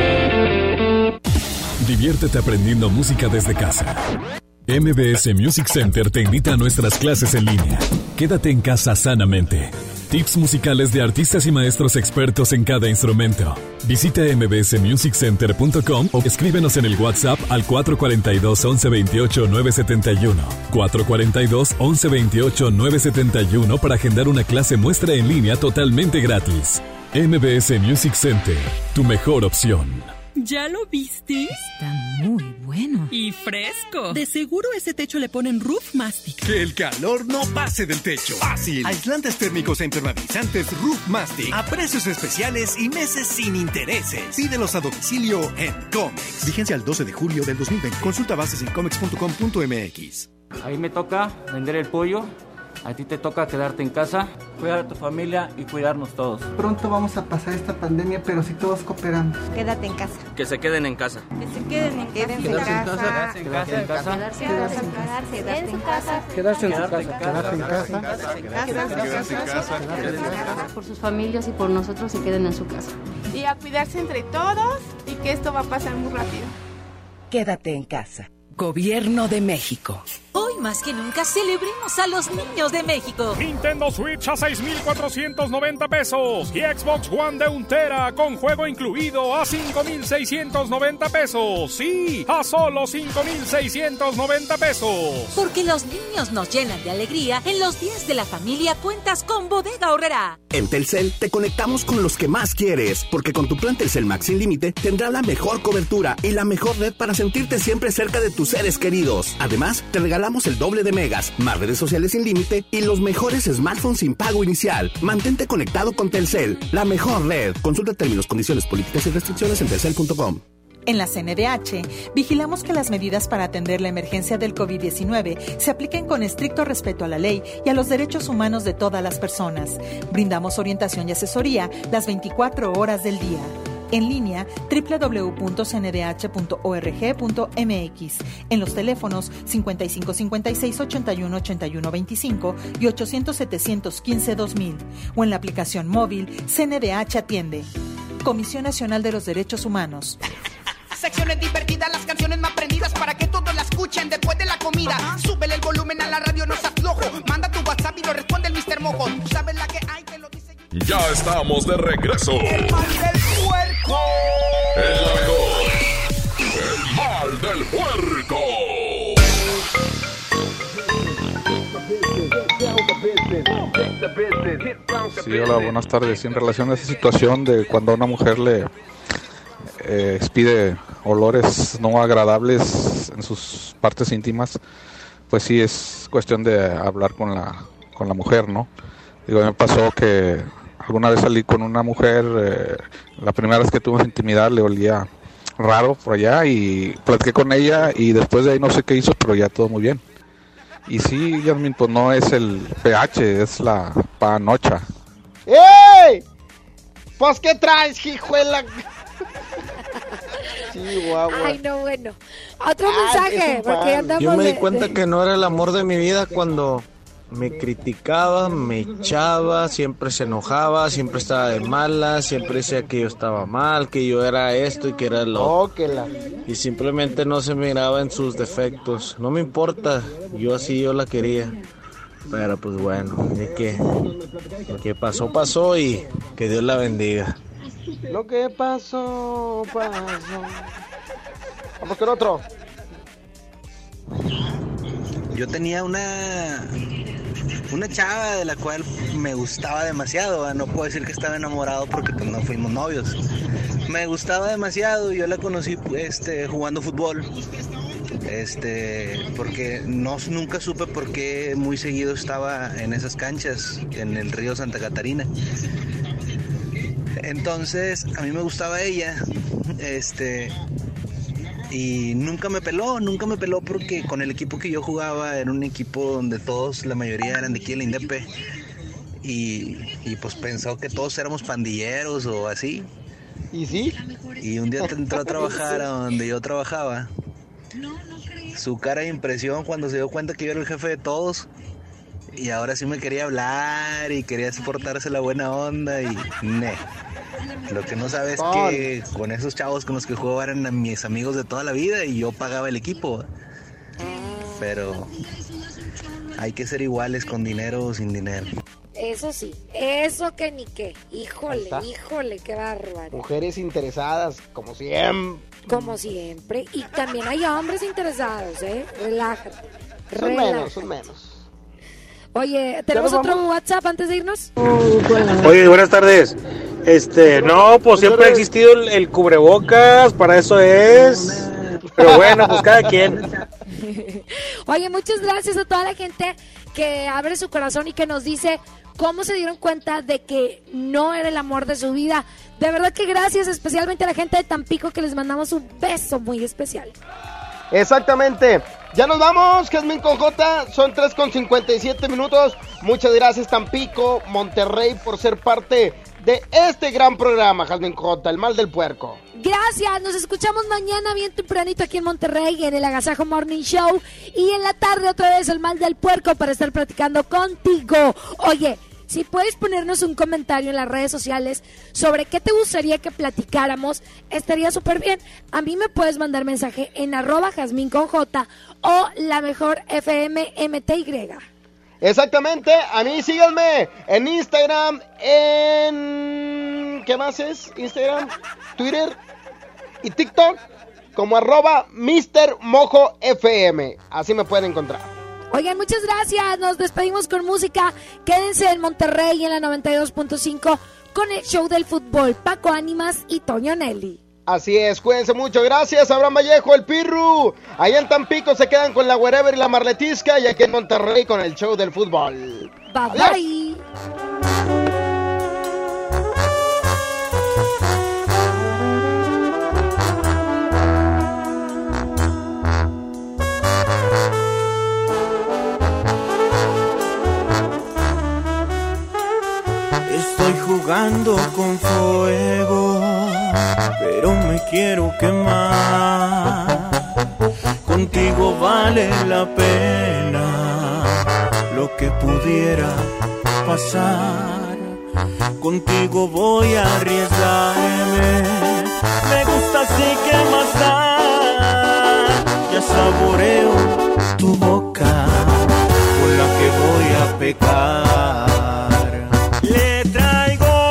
Diviértete aprendiendo música desde casa. MBS Music Center te invita a nuestras clases en línea. Quédate en casa sanamente. Tips musicales de artistas y maestros expertos en cada instrumento. Visita mbsmusiccenter.com o escríbenos en el WhatsApp al 442 1128 971. 442 1128 971 para agendar una clase muestra en línea totalmente gratis. MBS Music Center, tu mejor opción. ¿Ya lo viste? Está muy bueno. Y fresco. De seguro a ese techo le ponen Roof Mastic. Que el calor no pase del techo. Fácil. Aislantes térmicos e impermeabilizantes Roof Mastic. A precios especiales y meses sin intereses. Pídelos a domicilio en Comex. Vigencia al 12 de julio del 2020. Consulta bases en comex.com.mx. Ahí me toca vender el pollo. A ti te toca quedarte en casa, cuidar a tu familia y cuidarnos todos. Pronto vamos a pasar esta pandemia, pero si todos cooperamos. Quédate en casa. Que se queden en casa. Que se queden en casa. Quedarse en casa. Quedarse en casa. Quedarse en casa. Quedarse en casa. Quedarse en casa. Por sus familias y por nosotros se queden en su casa. Y a cuidarse entre todos y que esto va a pasar muy rápido. Quédate en casa. Gobierno de México. Hoy más que nunca celebremos a los niños de México. Nintendo Switch a 6,490 pesos y Xbox One de 1 tera con juego incluido a 5,690 pesos. Sí, a solo 5,690 pesos. Porque los niños nos llenan de alegría. En los días de la familia cuentas con Bodega Aurrerá. En Telcel te conectamos con los que más quieres, porque con tu plan Telcel Max sin límite tendrás la mejor cobertura y la mejor red para sentirte siempre cerca de tus seres queridos. Además, te regalamos el doble de megas, más redes sociales sin límite y los mejores smartphones sin pago inicial. Mantente conectado con Telcel, la mejor red. Consulta términos, condiciones, políticas y restricciones en telcel.com. En la CNDH, vigilamos que las medidas para atender la emergencia del COVID-19 se apliquen con estricto respeto a la ley y a los derechos humanos de todas las personas. Brindamos orientación y asesoría las 24 horas del día. En línea, www.cndh.org.mx, en los teléfonos 55 56 81 81 25 y 800 715 2000, o en la aplicación móvil CNDH Atiende. Comisión Nacional de los Derechos Humanos. Secciones divertidas, las canciones más prendidas para que todos la escuchen después de la comida. Súbele el volumen a la radio, no seas flojo. Manda ya estamos de regreso. ¡El mal del puerco! Es la mejor. El mal del puerco. Sí, hola, buenas tardes. En relación a esa situación de cuando a una mujer le expide olores no agradables en sus partes íntimas, pues sí es cuestión de hablar con la mujer, ¿no? Digo, me pasó que alguna vez salí con una mujer, la primera vez que tuvimos intimidad le olía raro por allá y platiqué con ella y después de ahí no sé qué hizo, pero ya todo muy bien. Y sí, Yasmin, pues no es el pH, es la panocha. ¡Ey! Pues, ¿qué traes, hijuela? Chihuahua. Ay, no, bueno. Otro mensaje, porque andamos. Yo me di cuenta que no era el amor de mi vida cuando me criticaba, me echaba, siempre se enojaba, siempre estaba de malas, siempre decía que yo estaba mal, que yo era esto y que era lo otro. Y simplemente no se miraba en sus defectos. No me importa, yo la quería. Pero pues bueno, es que lo que pasó, pasó y que Dios la bendiga. Lo que pasó, pasó. Vamos con otro. Yo tenía una chava de la cual me gustaba demasiado, ¿verdad? No puedo decir que estaba enamorado porque pues no fuimos novios. Me gustaba demasiado, yo la conocí jugando fútbol. Porque nunca supe por qué muy seguido estaba en esas canchas en el río Santa Catarina. Entonces, a mí me gustaba ella, y nunca me peló porque con el equipo que yo jugaba era un equipo donde todos, la mayoría eran de aquí en la Indepe, y pues pensó que todos éramos pandilleros o así. ¿Y sí? Y un día entró a trabajar a donde yo trabajaba. Su cara de impresión cuando se dio cuenta que yo era el jefe de todos, y ahora sí me quería hablar y quería portarse la buena onda y Lo que no sabes es que con esos chavos con los que jugaba eran mis amigos de toda la vida y yo pagaba el equipo. Pero hay que ser iguales con dinero o sin dinero. Eso sí, eso que ni qué. Híjole, qué bárbaro. Mujeres interesadas, como siempre. Como siempre. Y también hay hombres interesados, ¿eh? Relájate. Son menos. Oye, ¿tenemos otro WhatsApp antes de irnos? Oye, buenas tardes. No, pues siempre ha existido el cubrebocas, para eso es. Pero bueno, pues cada quien. Oye, muchas gracias a toda la gente que abre su corazón y que nos dice cómo se dieron cuenta de que no era el amor de su vida. De verdad que gracias, especialmente a la gente de Tampico, que les mandamos un beso muy especial. Exactamente. Ya nos vamos, Jazmín con J. Son 3:57 minutos. Muchas gracias, Tampico, Monterrey, por ser parte de este gran programa, Jazmín con J, el mal del puerco. Gracias, nos escuchamos mañana bien tempranito aquí en Monterrey, en el Agasajo Morning Show. Y en la tarde otra vez el mal del puerco para estar platicando contigo. Oye, si puedes ponernos un comentario en las redes sociales sobre qué te gustaría que platicáramos, estaría súper bien. A mí me puedes mandar mensaje en @JazmínConJ o la mejor FM MTY. Exactamente, a mí síganme en Instagram, ¿qué más es? Instagram, Twitter y TikTok como @MrMojoFM. Así me pueden encontrar. Oigan, muchas gracias, nos despedimos con música. Quédense en Monterrey en la 92.5 con el show del fútbol, Paco Ánimas y Toño Nelly. Así es, cuídense mucho, gracias Abraham Vallejo, el Pirru. Allá en Tampico se quedan con la Wherever y la Marletisca, y aquí en Monterrey con el show del fútbol. Bye bye. Estoy jugando con fuego, pero me quiero quemar. Contigo vale la pena lo que pudiera pasar. Contigo voy a arriesgarme. Me gusta así que más da. Ya saboreo tu boca con la que voy a pecar. Le traigo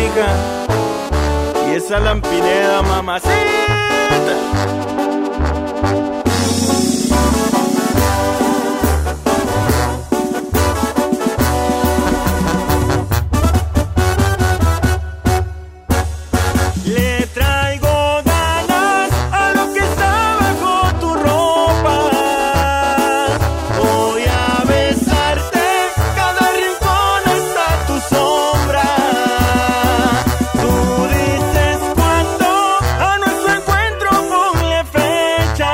mija. Y esa Lampineda, mamacita. Le traigo ganas a lo que está bajo tu ropa. Voy a besarte cada rincón hasta tu sombra. Tú dices cuándo a nuestro encuentro ponle fecha.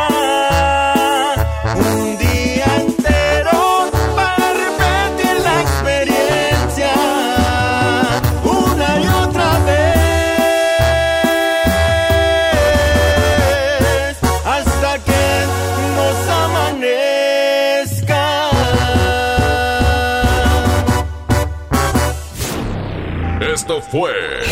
Un día entero para repetir la experiencia una y otra vez. Hasta que nos amanezca. Esto fue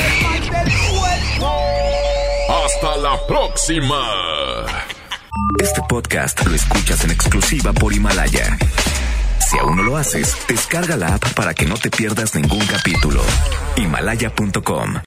Hasta la próxima. Este podcast lo escuchas en exclusiva por Himalaya. Si aún no lo haces, descarga la app para que no te pierdas ningún capítulo. Himalaya.com